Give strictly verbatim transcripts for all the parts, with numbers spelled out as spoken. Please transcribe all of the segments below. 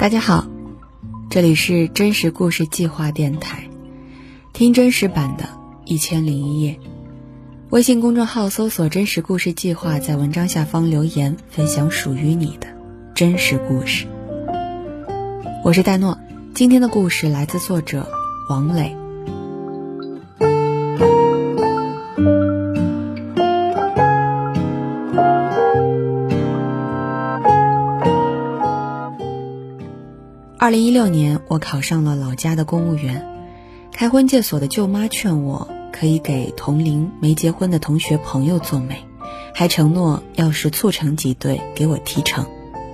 大家好，这里是真实故事计划电台，听真实版的一千零一夜。微信公众号搜索真实故事计划，在文章下方留言分享属于你的真实故事。我是戴诺，今天的故事来自作者王磊。二零一六年，我考上了老家的公务员。开婚介所的舅妈劝我可以给同龄没结婚的同学朋友做媒，还承诺要是促成几对给我提成。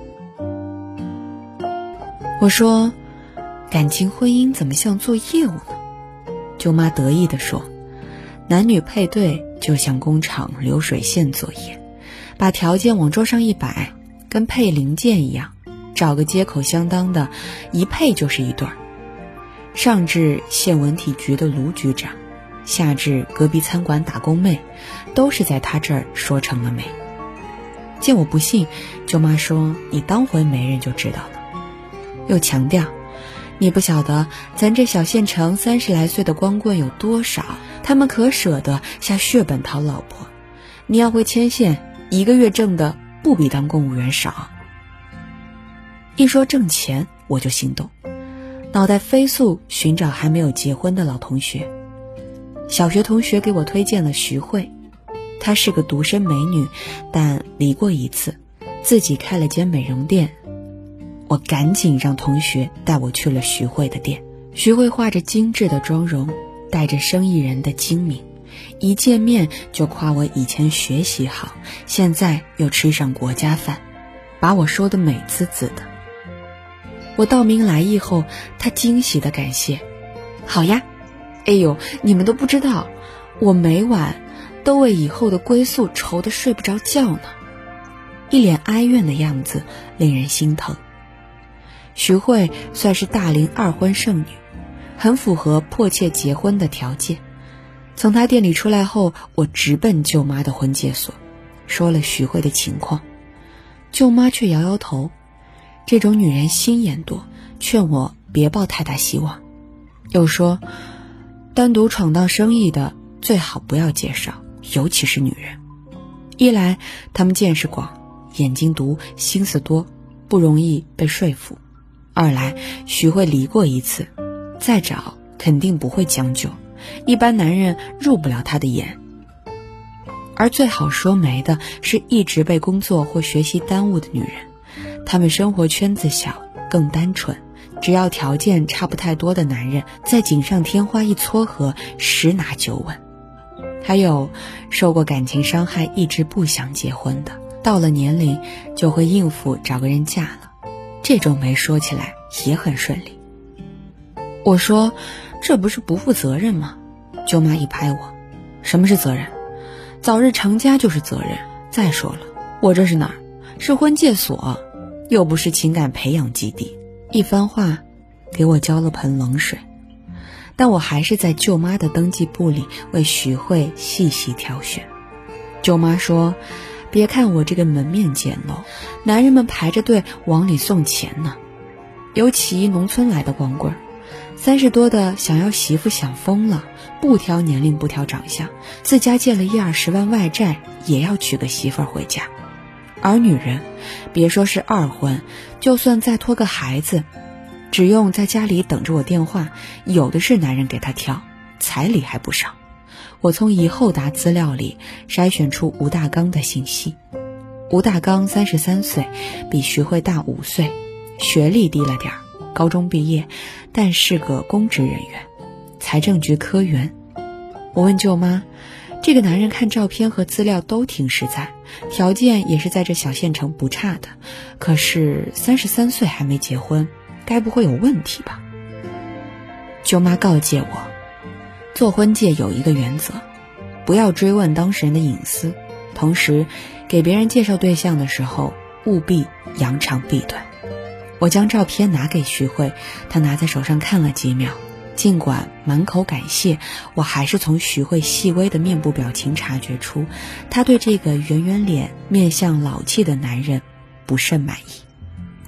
我说，感情婚姻怎么像做业务呢？舅妈得意地说，男女配对就像工厂流水线作业，把条件往桌上一摆，跟配零件一样，找个接口相当的，一配就是一对儿。上至县文体局的卢局长，下至隔壁餐馆打工妹，都是在他这儿说成了媒。见我不信，舅妈说，你当回媒人就知道了。又强调，你不晓得咱这小县城三十来岁的光棍有多少，他们可舍得下血本讨老婆。你要会牵线，一个月挣的不比当公务员少。一说挣钱，我就心动，脑袋飞速寻找还没有结婚的老同学。小学同学给我推荐了徐慧，她是个独身美女，但离过一次，自己开了间美容店。我赶紧让同学带我去了徐慧的店。徐慧画着精致的妆容，带着生意人的精明，一见面就夸我以前学习好，现在又吃上国家饭，把我说得美滋滋的。我道明来意后，他惊喜地感谢，好呀，哎呦，你们都不知道，我每晚都为以后的归宿愁得睡不着觉呢。一脸哀怨的样子令人心疼。徐慧算是大龄二婚剩女，很符合迫切结婚的条件。从她店里出来后，我直奔舅妈的婚介所，说了徐慧的情况。舅妈却摇摇头，这种女人心眼多，劝我别抱太大希望。又说，单独闯荡生意的最好不要介绍，尤其是女人。一来她们见识广，眼睛毒，心思多，不容易被说服；二来徐慧离过一次，再找肯定不会将就，一般男人入不了她的眼。而最好说媒的是一直被工作或学习耽误的女人，她们生活圈子小，更单纯，只要条件差不太多的男人在锦上添花一撮合，十拿九稳。还有受过感情伤害一直不想结婚的，到了年龄就会应付找个人嫁了，这种媒说起来也很顺利。我说，这不是不负责任吗？舅妈一拍我，什么是责任？早日成家就是责任。再说了，我这是哪儿？是婚介所，又不是情感培养基地。一番话给我浇了盆冷水，但我还是在舅妈的登记簿里为徐慧细细挑选。舅妈说，别看我这个门面简陋，男人们排着队往里送钱呢。尤其农村来的光棍，三十多的想要媳妇想疯了，不挑年龄不挑长相，自家借了一二十万外债也要娶个媳妇回家。而女人，别说是二婚，就算再拖个孩子，只用在家里等着我电话，有的是男人给她挑，彩礼还不少。我从以后答资料里筛选出吴大刚的信息。吴大刚三十三岁，比徐慧大五岁，学历低了点儿，高中毕业，但是个公职人员，财政局科员。我问舅妈，这个男人看照片和资料都挺实在，条件也是在这小县城不差的，可是三十三岁还没结婚，该不会有问题吧？舅妈告诫我，做婚介有一个原则，不要追问当事人的隐私，同时给别人介绍对象的时候务必扬长避短。我将照片拿给徐慧，她拿在手上看了几秒，尽管满口感谢，我还是从徐慧细微的面部表情察觉出，她对这个圆圆脸面相老气的男人不甚满意。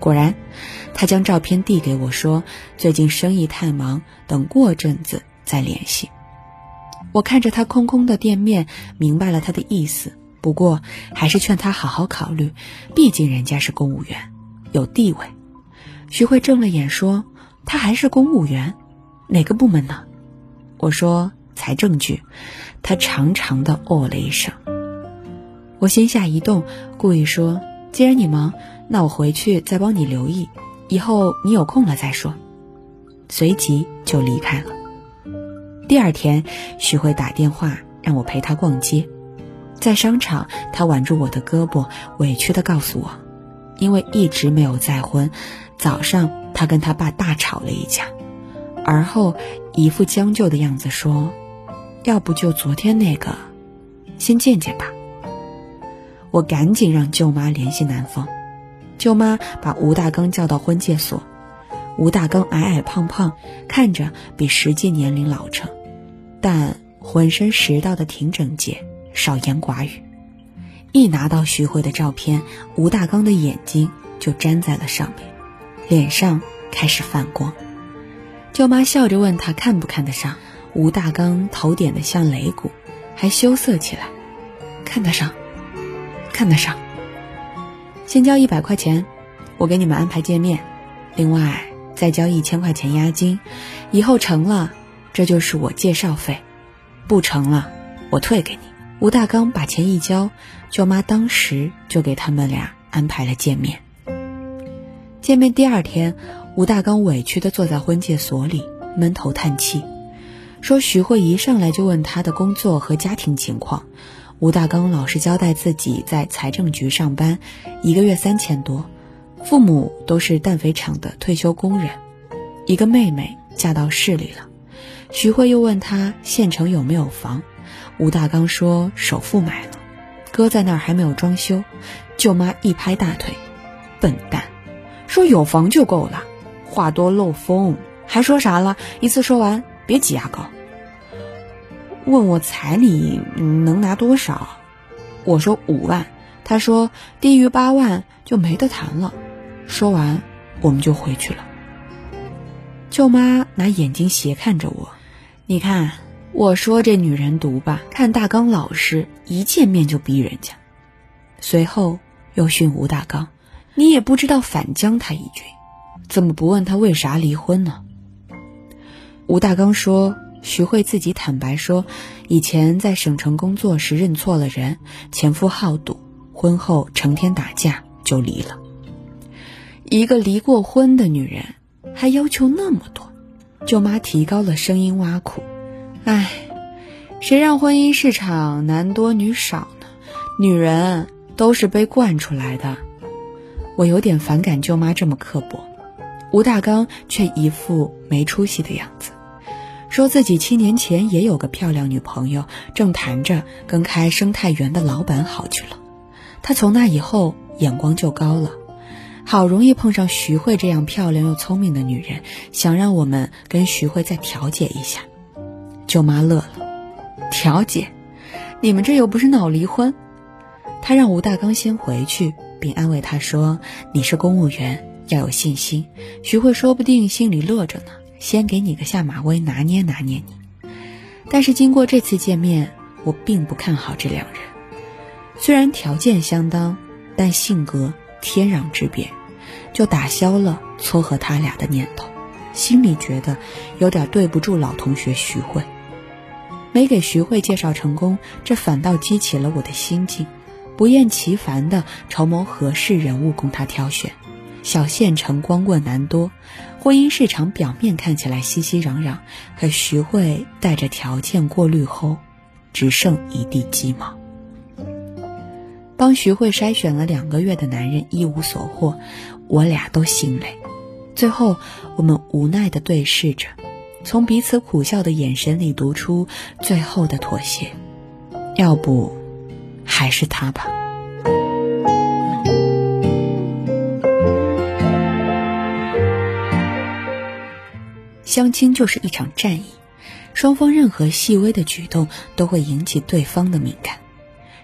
果然，他将照片递给我说，最近生意太忙，等过阵子再联系。我看着他空空的店面，明白了他的意思，不过还是劝他好好考虑，毕竟人家是公务员，有地位。徐慧睁了眼说，他还是公务员，哪个部门呢？我说财政局。他长长的哦了一声。我心下一动，故意说，既然你忙，那我回去再帮你留意，以后你有空了再说。随即就离开了。第二天，徐慧打电话让我陪她逛街。在商场，她挽住我的胳膊，委屈地告诉我，因为一直没有再婚，早上她跟她爸大吵了一架，而后一副将就的样子说，要不就昨天那个，先见见吧。我赶紧让舅妈联系男方，舅妈把吴大刚叫到婚介所。吴大刚矮矮胖胖，看着比实际年龄老成，但浑身拾到的挺整洁，少言寡语。一拿到徐慧的照片，吴大刚的眼睛就粘在了上面，脸上开始泛光。舅妈笑着问他看不看得上，吴大刚头点得像擂鼓，还羞涩起来，看得上，看得上。先交一百块钱，我给你们安排见面，另外再交一千块钱押金，以后成了，这就是我介绍费，不成了，我退给你。吴大刚把钱一交，舅妈当时就给他们俩安排了见面。见面第二天，吴大刚委屈地坐在婚介所里，闷头叹气，说徐慧一上来就问他的工作和家庭情况。吴大刚老实交代自己在财政局上班，一个月三千多，父母都是氮肥厂的退休工人，一个妹妹嫁到市里了。徐慧又问他县城有没有房，吴大刚说首付买了，搁在那儿还没有装修。舅妈一拍大腿，笨蛋，说有房就够了，话多漏风，还说啥了？一次说完，别挤牙膏。问我彩礼能拿多少，我说五万，他说低于八万就没得谈了。说完我们就回去了。舅妈拿眼睛斜看着我，你看我说这女人毒吧，看大刚老实，一见面就逼人家。随后又训吴大刚，你也不知道反将他一军，怎么不问他为啥离婚呢？吴大刚说，徐慧自己坦白说，以前在省城工作时认错了人，前夫好赌，婚后成天打架就离了。一个离过婚的女人还要求那么多，舅妈提高了声音挖苦，唉，谁让婚姻市场男多女少呢？女人都是被惯出来的。我有点反感舅妈这么刻薄，吴大刚却一副没出息的样子，说自己七年前也有个漂亮女朋友，正谈着跟开生态园的老板好去了。他从那以后眼光就高了，好容易碰上徐慧这样漂亮又聪明的女人，想让我们跟徐慧再调解一下。舅妈乐了，调解？你们这又不是闹离婚。他让吴大刚先回去，并安慰他说，你是公务员，要有信心，徐慧说不定心里乐着呢，先给你个下马威，拿捏拿捏你。但是经过这次见面，我并不看好这两人，虽然条件相当，但性格天壤之别，就打消了撮合他俩的念头，心里觉得有点对不住老同学徐慧。没给徐慧介绍成功，这反倒激起了我的心境，不厌其烦地筹谋合适人物供他挑选。小县城光棍难多，婚姻市场表面看起来熙熙攘攘，可徐慧带着条件过滤后，只剩一地鸡毛。帮徐慧筛选了两个月的男人一无所获，我俩都心累。最后我们无奈地对视着，从彼此苦笑的眼神里读出最后的妥协，要不还是他吧。相亲就是一场战役，双方任何细微的举动都会引起对方的敏感。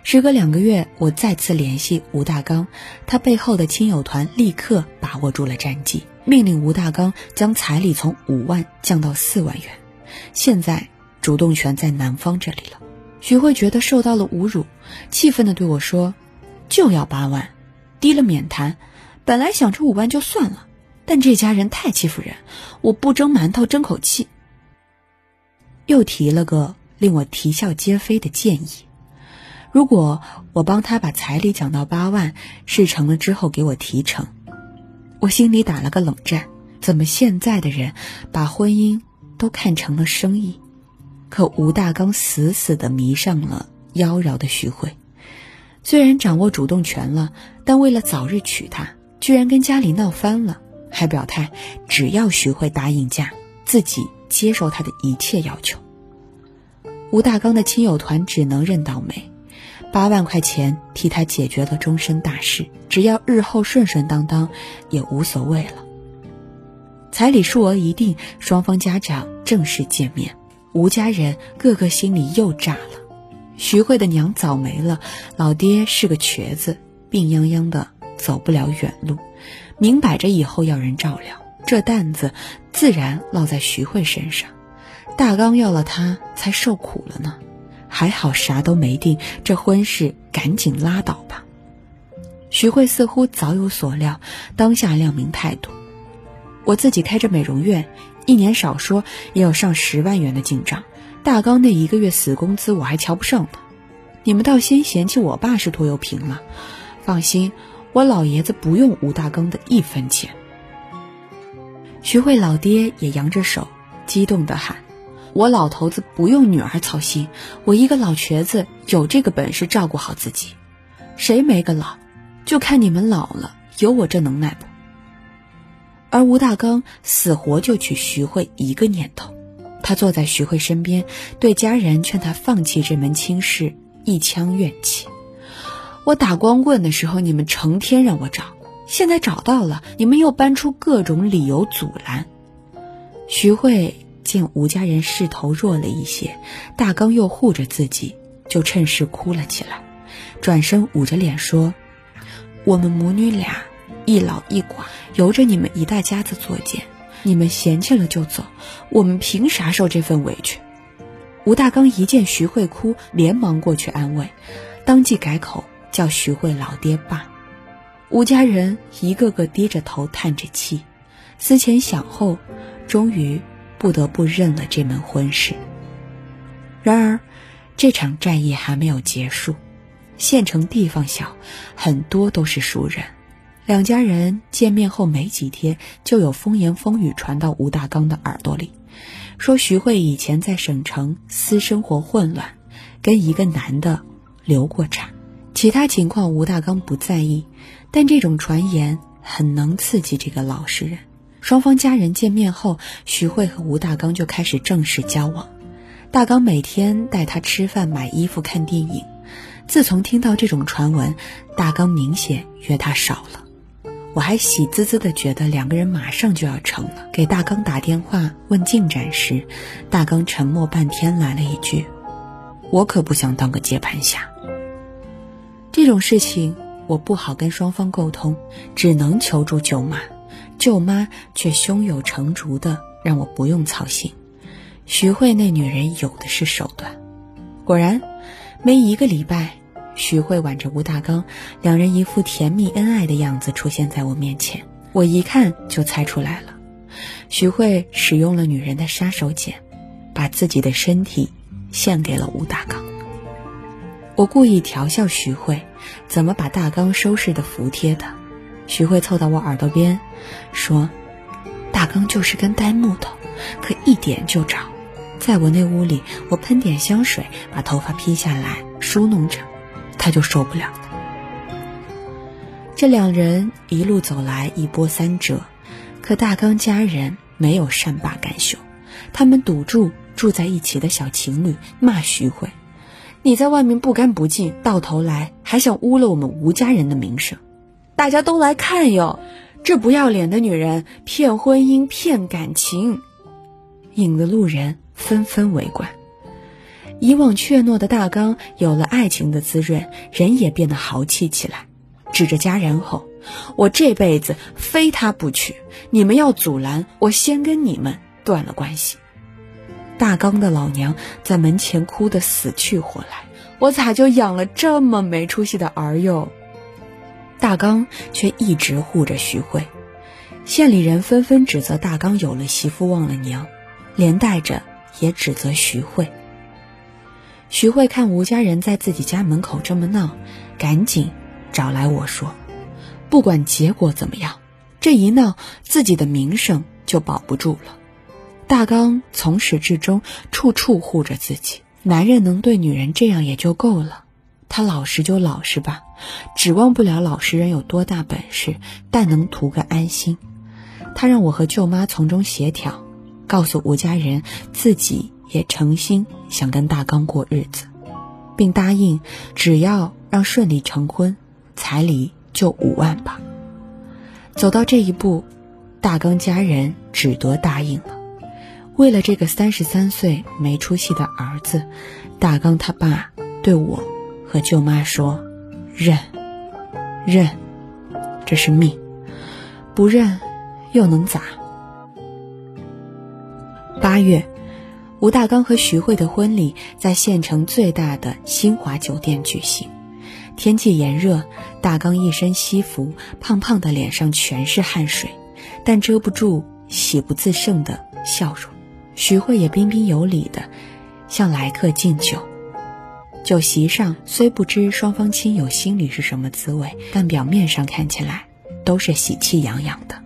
时隔两个月，我再次联系吴大刚，他背后的亲友团立刻把握住了战机，命令吴大刚将彩礼从五万降到四万元。现在主动权在男方这里了。徐慧觉得受到了侮辱，气愤地对我说：“就要八万，低了免谈。本来想着五万就算了，但这家人太欺负人，我不蒸馒头争口气。”又提了个令我啼笑皆非的建议。如果我帮他把彩礼降到八万，事成了之后给我提成。我心里打了个冷战，怎么现在的人把婚姻都看成了生意？可吴大刚死死地迷上了妖娆的徐慧，虽然掌握主动权了，但为了早日娶她，居然跟家里闹翻了，还表态只要徐慧答应嫁，自己接受他的一切要求。吴大刚的亲友团只能认倒霉，八万块钱替他解决了终身大事，只要日后顺顺当当也无所谓了。彩礼数额一定，双方家长正式见面，吴家人个个心里又炸了。徐慧的娘早没了，老爹是个瘸子，病殃殃的走不了远路，明摆着以后要人照料，这担子自然落在徐慧身上。大刚要了他才受苦了呢，还好啥都没定，这婚事赶紧拉倒吧。徐慧似乎早有所料，当下亮明态度：我自己开着美容院，一年少说也有上十万元的进账，大刚那一个月死工资我还瞧不上呢。你们倒先嫌弃我爸是拖油瓶了，放心，我老爷子不用吴大刚的一分钱。徐慧老爹也扬着手，激动地喊：我老头子不用女儿操心，我一个老瘸子有这个本事照顾好自己，谁没个老，就看你们老了有我这能耐不？而吴大刚死活就娶徐慧一个念头，他坐在徐慧身边，对家人劝他放弃这门亲事，一腔怨气。我打光棍的时候你们成天让我找，现在找到了，你们又搬出各种理由阻拦。徐慧见吴家人势头弱了一些，大刚又护着自己，就趁势哭了起来，转身捂着脸说：我们母女俩一老一寡，由着你们一大家子作践，你们嫌弃了就走，我们凭啥受这份委屈？吴大刚一见徐慧哭，连忙过去安慰，当即改口叫徐慧老爹爸。吴家人一个个低着头叹着气，思前想后，终于不得不认了这门婚事。然而这场战役还没有结束，县城地方小，很多都是熟人，两家人见面后没几天，就有风言风语传到吴大刚的耳朵里，说徐慧以前在省城私生活混乱，跟一个男的流过产，其他情况吴大刚不在意，但这种传言很能刺激这个老实人。双方家人见面后，徐慧和吴大刚就开始正式交往。大刚每天带他吃饭、买衣服、看电影。自从听到这种传闻，大刚明显约他少了。我还喜滋滋地觉得两个人马上就要成了，给大刚打电话问进展时，大刚沉默半天，来了一句：我可不想当个接盘侠。这种事情我不好跟双方沟通，只能求助舅妈，舅妈却胸有成竹的让我不用操心。徐慧那女人有的是手段。果然没一个礼拜，徐慧挽着吴大刚，两人一副甜蜜恩爱的样子出现在我面前。我一看就猜出来了，徐慧使用了女人的杀手锏，把自己的身体献给了吴大刚。我故意调笑徐慧怎么把大刚收拾得服帖的。徐慧凑到我耳朵边说：大刚就是根呆木头，可一点就着。在我那屋里，我喷点香水，把头发披下来梳弄着，他就受不了了。这两人一路走来一波三折，可大刚家人没有善罢甘休，他们堵住住在一起的小情侣，骂徐慧：你在外面不干不净，到头来还想污了我们吴家人的名声。大家都来看哟，这不要脸的女人骗婚姻骗感情，引得路人纷纷围观。 以往怯懦的大刚有了爱情的滋润，人也变得豪气起来，指着家人吼：我这辈子非他不娶，你们要阻拦，我先跟你们断了关系。大刚的老娘在门前哭得死去活来，我咋就养了这么没出息的儿哟？大刚却一直护着徐慧，县里人纷纷指责大刚有了媳妇忘了娘，连带着也指责徐慧。徐慧看吴家人在自己家门口这么闹，赶紧找来我说，不管结果怎么样，这一闹自己的名声就保不住了。大刚从始至终处处护着自己，男人能对女人这样也就够了，他老实就老实吧，指望不了老实人有多大本事，但能图个安心。他让我和舅妈从中协调，告诉吴家人自己也诚心想跟大刚过日子，并答应只要让顺利成婚，彩礼就五万吧。走到这一步，大刚家人只得答应了。为了这个三十三岁没出息的儿子，大刚他爸对我和舅妈说：认认，这是命，不认又能咋？八月，吴大刚和徐慧的婚礼在县城最大的新华酒店举行。天气炎热，大刚一身西服，胖胖的脸上全是汗水，但遮不住喜不自胜的笑容。徐慧也彬彬有礼的向来客敬酒。酒席上虽不知双方亲友心里是什么滋味，但表面上看起来都是喜气洋洋的。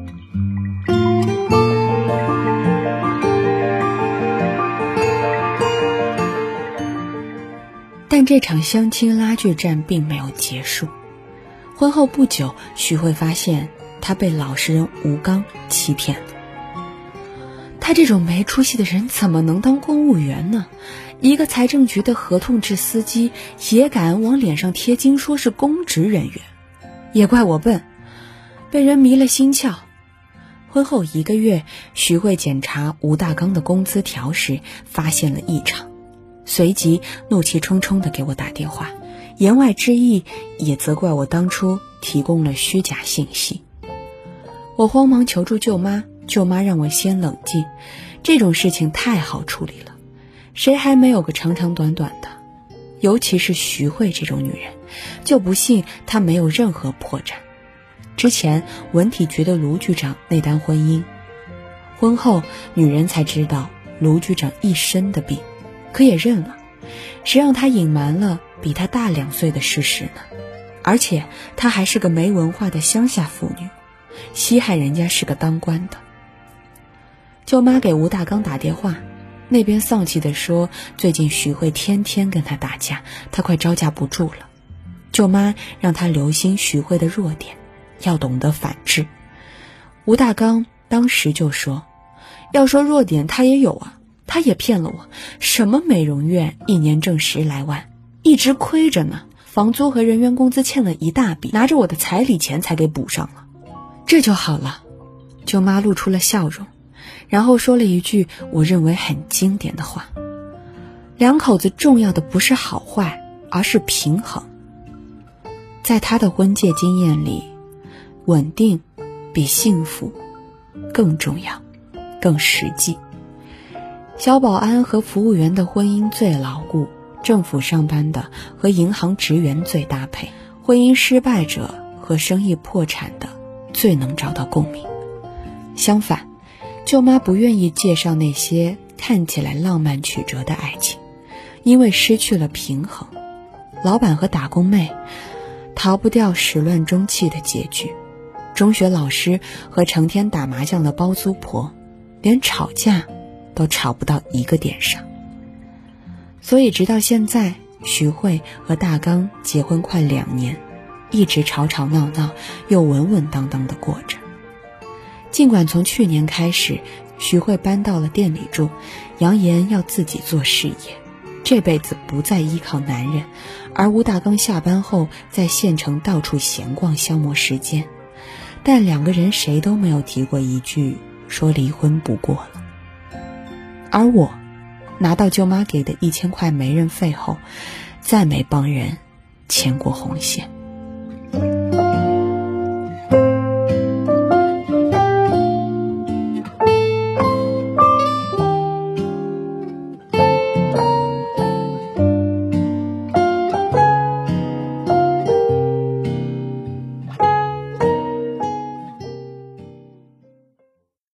但这场相亲拉锯战并没有结束。婚后不久，徐慧发现她被老实人吴刚欺骗了。他这种没出息的人怎么能当公务员呢？一个财政局的合同制司机也敢往脸上贴金说是公职人员，也怪我笨，被人迷了心窍。婚后一个月，徐慧检查吴大刚的工资条时发现了异常，随即怒气冲冲地给我打电话，言外之意也责怪我当初提供了虚假信息。我慌忙求助舅妈，舅妈让我先冷静，这种事情太好处理了，谁还没有个长长短短的？尤其是徐慧这种女人，就不信她没有任何破绽。之前文体局的卢局长那单婚姻，婚后女人才知道卢局长一身的病，可也认了，谁让他隐瞒了比他大两岁的事实呢？而且他还是个没文化的乡下妇女，稀罕人家是个当官的。舅妈给吴大刚打电话，那边丧气地说最近徐慧天天跟他打架，他快招架不住了。舅妈让他留心徐慧的弱点，要懂得反制。吴大刚当时就说，要说弱点他也有啊，他也骗了我，什么美容院一年挣十来万，一直亏着呢，房租和人员工资欠了一大笔，拿着我的彩礼钱才给补上了。这就好了。舅妈露出了笑容，然后说了一句我认为很经典的话，两口子重要的不是好坏，而是平衡。在他的婚介经验里，稳定比幸福更重要，更实际。小保安和服务员的婚姻最牢固，政府上班的和银行职员最搭配，婚姻失败者和生意破产的最能找到共鸣。相反，舅妈不愿意介绍那些看起来浪漫曲折的爱情，因为失去了平衡。老板和打工妹逃不掉始乱终弃的结局，中学老师和成天打麻将的包租婆连吵架都吵不到一个点上。所以直到现在，徐慧和大刚结婚快两年，一直吵吵闹闹又稳稳当当地过着。尽管从去年开始，徐慧搬到了店里住，扬言要自己做事业，这辈子不再依靠男人，而吴大刚下班后在县城到处闲逛消磨时间，但两个人谁都没有提过一句说离婚不过了。而我拿到舅妈给的一千块媒人费后，再没帮人牵过红线。